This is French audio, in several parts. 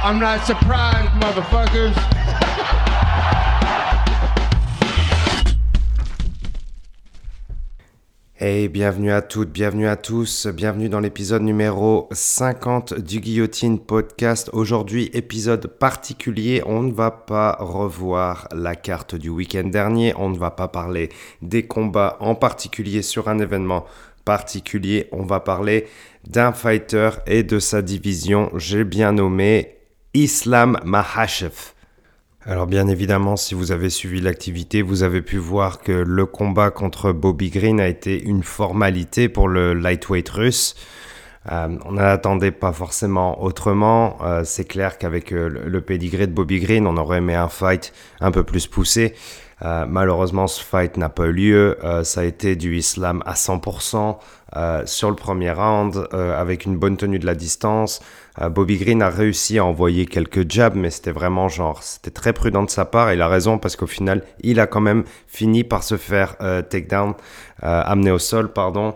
I'm not surprised, motherfuckers. Hey, bienvenue à toutes, bienvenue à tous, bienvenue dans l'épisode numéro 50 du Guillotine Podcast. Aujourd'hui, épisode particulier, on ne va pas revoir la carte du week-end dernier, on ne va pas parler des combats en particulier sur un événement particulier, on va parler d'un fighter et de sa division, j'ai bien nommé Islam Makhachev. Alors bien évidemment, si vous avez suivi l'activité, vous avez pu voir que le combat contre Bobby Green a été une formalité pour le lightweight russe. On n'attendait pas forcément autrement. C'est clair qu'avec le pédigré de Bobby Green, on aurait aimé un fight un peu plus poussé. Malheureusement, ce fight n'a pas eu lieu. Ça a été du Islam à 100% sur le premier round, avec une bonne tenue de la distance. Bobby Green a réussi à envoyer quelques jabs, mais c'était vraiment c'était très prudent de sa part. Et il a raison parce qu'au final, il a quand même fini par se faire takedown, amené au sol, pardon.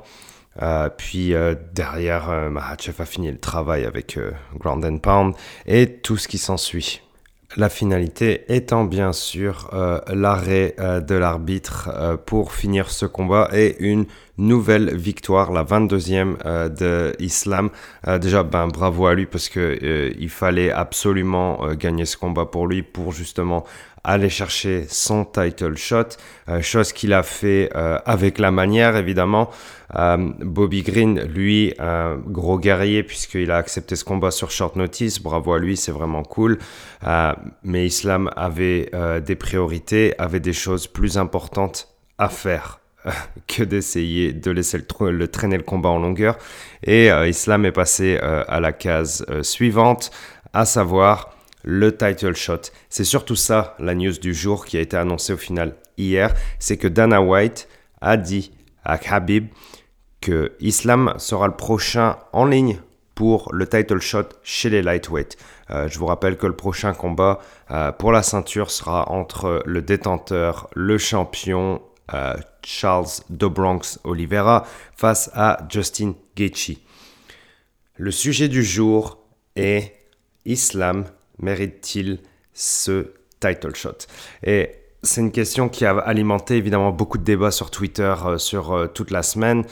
Puis derrière, Makhachev a fini le travail avec ground and pound et tout ce qui s'ensuit. La finalité étant bien sûr l'arrêt de l'arbitre pour finir ce combat et une nouvelle victoire, la 22e de Islam. Déjà, bravo à lui parce que il fallait absolument gagner ce combat pour lui pour justement aller chercher son title shot, chose qu'il a fait avec la manière évidemment. Bobby Green, lui, gros guerrier puisqu'il a accepté ce combat sur short notice, bravo à lui, c'est vraiment cool. Mais Islam avait des priorités, avait des choses plus importantes à faire que d'essayer de laisser le traîner le combat en longueur. Et Islam est passé à la case suivante, à savoir le title shot. C'est surtout ça la news du jour qui a été annoncée au final hier, c'est que Dana White a dit à Khabib que Islam sera le prochain en ligne pour le title shot chez les lightweight. Je vous rappelle que le prochain combat pour la ceinture sera entre le détenteur, le champion Charles Do Bronx Oliveira face à Justin Gaethje. Le sujet du jour est Islam mérite-t-il ce title shot? Et c'est une question qui a alimenté évidemment beaucoup de débats sur Twitter sur toute la semaine.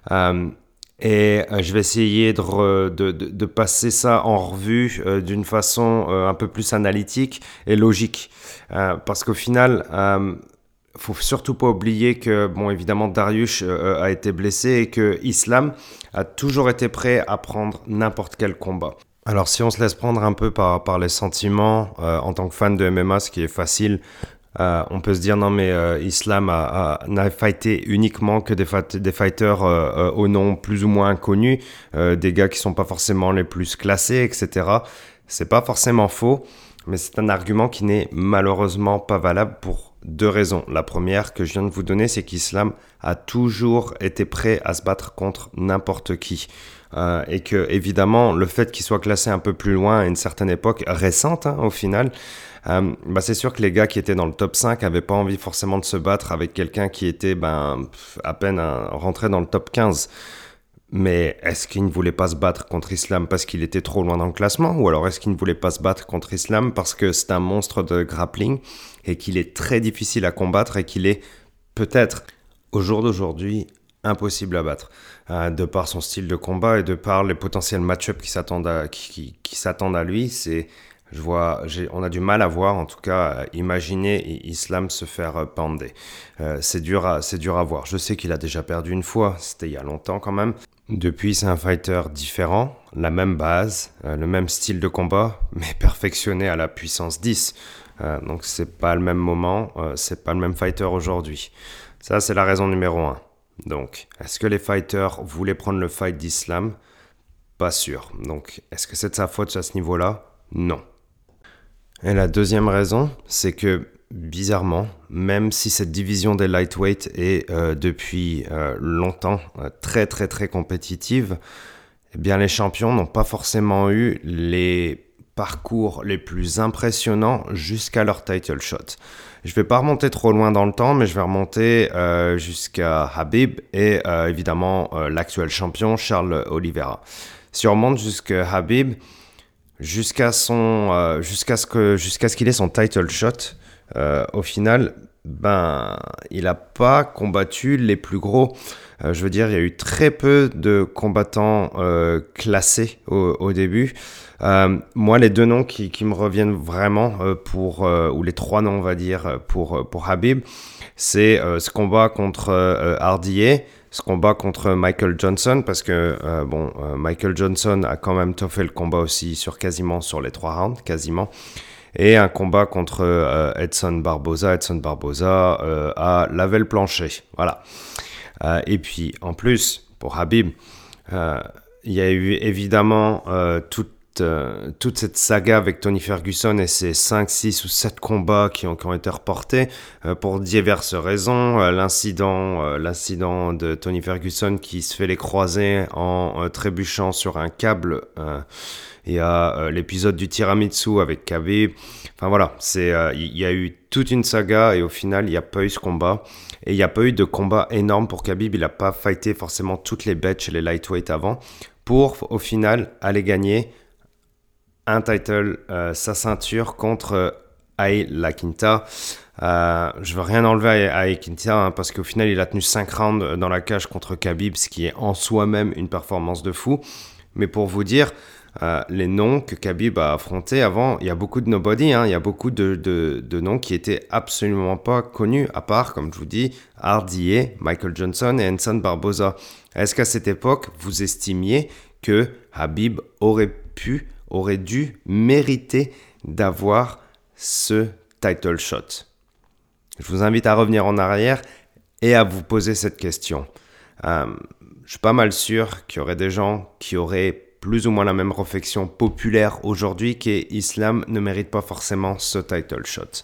Et je vais essayer de passer ça en revue d'une façon un peu plus analytique et logique. Parce qu'au final, faut surtout pas oublier que, bon, évidemment, Dariush a été blessé et que Islam a toujours été prêt à prendre n'importe quel combat. Alors, si on se laisse prendre un peu par les sentiments, en tant que fan de MMA, ce qui est facile, on peut se dire non mais Islam n'a fighté uniquement que des fighters au nom plus ou moins inconnus, des gars qui sont pas forcément les plus classés, etc. C'est pas forcément faux, mais c'est un argument qui n'est malheureusement pas valable pour deux raisons. La première que je viens de vous donner, c'est qu'Islam a toujours été prêt à se battre contre n'importe qui. Et que évidemment le fait qu'il soit classé un peu plus loin à une certaine époque récente au final, c'est sûr que les gars qui étaient dans le top 5 avaient pas envie forcément de se battre avec quelqu'un qui était à peine rentré dans le top 15. Mais est-ce qu'il ne voulait pas se battre contre Islam parce qu'il était trop loin dans le classement, ou alors est-ce qu'il ne voulait pas se battre contre Islam parce que c'est un monstre de grappling et qu'il est très difficile à combattre et qu'il est peut-être au jour d'aujourd'hui impossible à battre, de par son style de combat et de par les potentiels match-up qui s'attendent à lui. On a du mal à voir, en tout cas, imaginer Islam se faire pounder. C'est dur à voir. Je sais qu'il a déjà perdu une fois, c'était il y a longtemps quand même. Depuis, c'est un fighter différent, la même base, le même style de combat, mais perfectionné à la puissance 10. Donc c'est pas le même moment, c'est pas le même fighter aujourd'hui. Ça, c'est la raison numéro 1. Donc, est-ce que les fighters voulaient prendre le fight d'Islam? Pas sûr. Donc, est-ce que c'est de sa faute à ce niveau-là? Non. Et la deuxième raison, c'est que, bizarrement, même si cette division des lightweight est depuis longtemps très très très compétitive, eh bien les champions n'ont pas forcément eu les parcours les plus impressionnants jusqu'à leur title shot. Je vais pas remonter trop loin dans le temps, mais je vais remonter jusqu'à Khabib et évidemment l'actuel champion Charles Oliveira. Si on remonte jusqu'à Khabib, jusqu'à ce qu'il ait son title shot. Au final, il n'a pas combattu les plus gros. Je veux dire, il y a eu très peu de combattants classés au début. Moi, les deux noms qui me reviennent vraiment ou les trois noms, on va dire, pour Khabib, c'est ce combat contre RDA, ce combat contre Michael Johnson, parce que Michael Johnson a quand même toffé le combat aussi quasiment sur les 3 rounds, quasiment. Et un combat contre Edson Barboza. Edson Barboza a lavé le plancher. Voilà. Et puis, en plus, pour Khabib, il y a eu évidemment toute cette saga avec Tony Ferguson et ses 5, 6 ou 7 combats qui ont été reportés pour diverses raisons. L'incident de Tony Ferguson qui se fait les croisés en trébuchant sur un câble. Il y a l'épisode du tiramisu avec Khabib. Enfin voilà, il y a eu toute une saga et au final, il n'y a pas eu ce combat. Et il n'y a pas eu de combat énorme pour Khabib. Il n'a pas fighté forcément toutes les bêtes chez les lightweight avant pour, au final, aller gagner un title, sa ceinture contre Al Iaquinta. Je veux rien enlever à Iaquinta parce qu'au final, il a tenu 5 rounds dans la cage contre Khabib, ce qui est en soi-même une performance de fou. Mais pour vous dire, les noms que Khabib a affrontés avant, il y a beaucoup de nobody, il y a beaucoup de noms qui étaient absolument pas connus, à part, comme je vous dis, RDA, Michael Johnson et Edson Barboza. Est-ce qu'à cette époque, vous estimiez que Khabib aurait dû mériter d'avoir ce title shot? Je vous invite à revenir en arrière et à vous poser cette question. Je suis pas mal sûr qu'il y aurait des gens qui auraient plus ou moins la même réflexion populaire aujourd'hui qu'Islam ne mérite pas forcément ce title shot.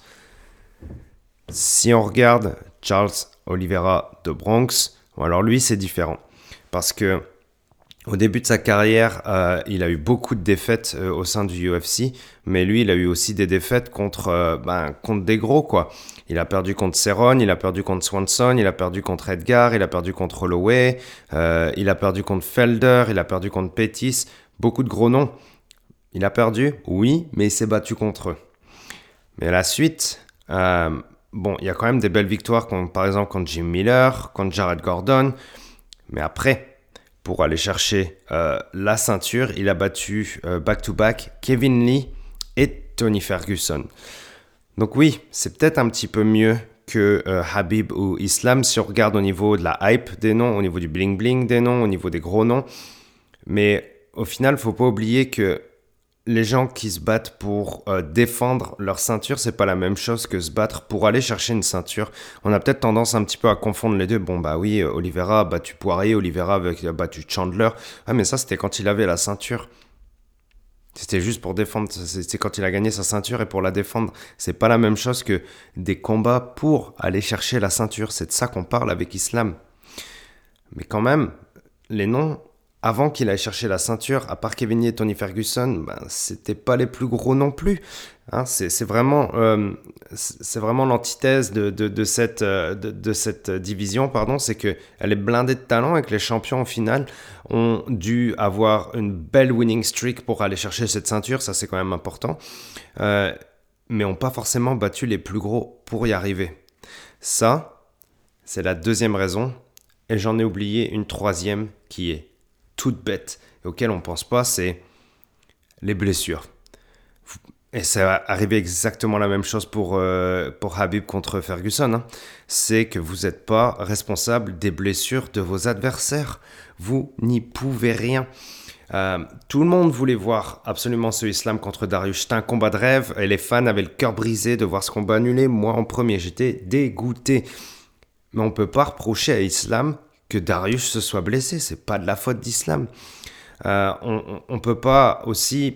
Si on regarde Charles Oliveira de Bronx, alors lui c'est différent parce que au début de sa carrière, il a eu beaucoup de défaites au sein du UFC, mais lui, il a eu aussi des défaites contre des gros, quoi. Il a perdu contre Cerrone, il a perdu contre Swanson, il a perdu contre Edgar, il a perdu contre Holloway, il a perdu contre Felder, il a perdu contre Pettis, beaucoup de gros noms. Il a perdu, oui, mais il s'est battu contre eux. Mais à la suite, il y a quand même des belles victoires, par exemple contre Jim Miller, contre Jared Gordon, mais après, pour aller chercher la ceinture, il a battu back-to-back Kevin Lee et Tony Ferguson. Donc oui, c'est peut-être un petit peu mieux que Khabib ou Islam si on regarde au niveau de la hype des noms, au niveau du bling-bling des noms, au niveau des gros noms. Mais au final, il ne faut pas oublier que les gens qui se battent pour défendre leur ceinture, c'est pas la même chose que se battre pour aller chercher une ceinture. On a peut-être tendance un petit peu à confondre les deux. Bon, oui, Oliveira a battu Poirier, Oliveira a battu Chandler. Ah, mais ça, c'était quand il avait la ceinture. C'était juste pour défendre. C'était quand il a gagné sa ceinture et pour la défendre. C'est pas la même chose que des combats pour aller chercher la ceinture. C'est de ça qu'on parle avec Islam. Mais quand même, les noms, avant qu'il aille chercher la ceinture, à part Kevin Lee et Tony Ferguson, c'était pas les plus gros non plus. C'est vraiment l'antithèse de cette division, c'est qu'elle est blindée de talent et que les champions au final ont dû avoir une belle winning streak pour aller chercher cette ceinture, ça c'est quand même important, mais n'ont pas forcément battu les plus gros pour y arriver. Ça, c'est la deuxième raison, et j'en ai oublié une troisième qui est toute bête et auquel on ne pense pas, c'est les blessures. Et ça va arriver exactement la même chose pour Khabib contre Ferguson. C'est que vous n'êtes pas responsable des blessures de vos adversaires. Vous n'y pouvez rien. Tout le monde voulait voir absolument ce Islam contre Dariush. C'était un combat de rêve et les fans avaient le cœur brisé de voir ce combat annulé. Moi en premier, j'étais dégoûté. Mais on ne peut pas reprocher à Islam que Dariush se soit blessé. C'est pas de la faute d'Islam. On ne peut pas aussi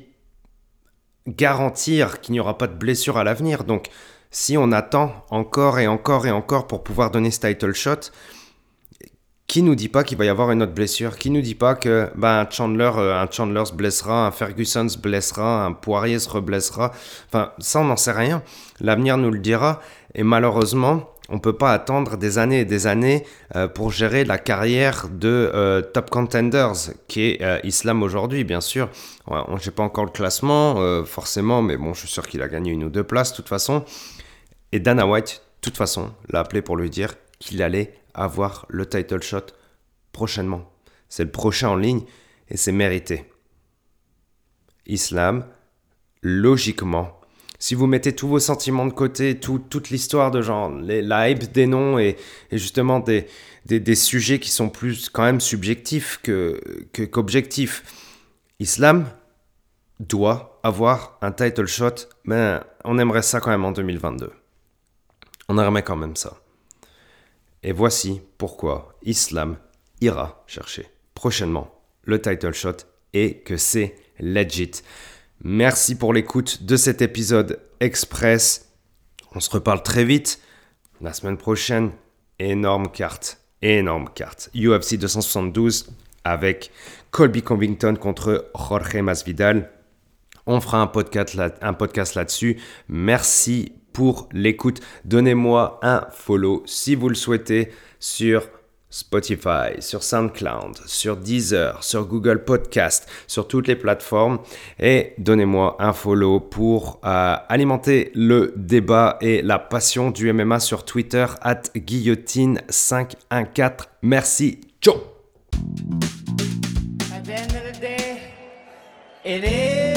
garantir qu'il n'y aura pas de blessure à l'avenir. Donc, si on attend encore et encore et encore pour pouvoir donner ce title shot, qui nous dit pas qu'il va y avoir une autre blessure? Qui nous dit pas que un Chandler se blessera, un Ferguson se blessera, un Poirier se reblessera? Enfin, ça, on n'en sait rien. L'avenir nous le dira. Et malheureusement, On ne peut pas attendre des années et des années pour gérer la carrière de Top Contenders, qui est Islam aujourd'hui, bien sûr. Je n'ai pas encore le classement, forcément, mais bon, je suis sûr qu'il a gagné 1 ou 2 places, de toute façon. Et Dana White, de toute façon, l'a appelé pour lui dire qu'il allait avoir le title shot prochainement. C'est le prochain en ligne et c'est mérité. Islam, logiquement, si vous mettez tous vos sentiments de côté, toute l'histoire de genre, la hype des noms et justement des sujets qui sont plus quand même subjectifs qu'objectifs, Islam doit avoir un title shot, mais on aimerait ça quand même en 2022. On aimerait quand même ça. Et voici pourquoi Islam ira chercher prochainement le title shot et que c'est legit. Merci pour l'écoute de cet épisode express. On se reparle très vite. La semaine prochaine, énorme carte. UFC 272 avec Colby Covington contre Jorge Masvidal. On fera un podcast là-dessus. Merci pour l'écoute. Donnez-moi un follow si vous le souhaitez sur Spotify, sur SoundCloud, sur Deezer, sur Google Podcast, sur toutes les plateformes. Et donnez-moi un follow pour alimenter le débat et la passion du MMA sur Twitter @guillotine514. Merci. Ciao. At the end of the day, it is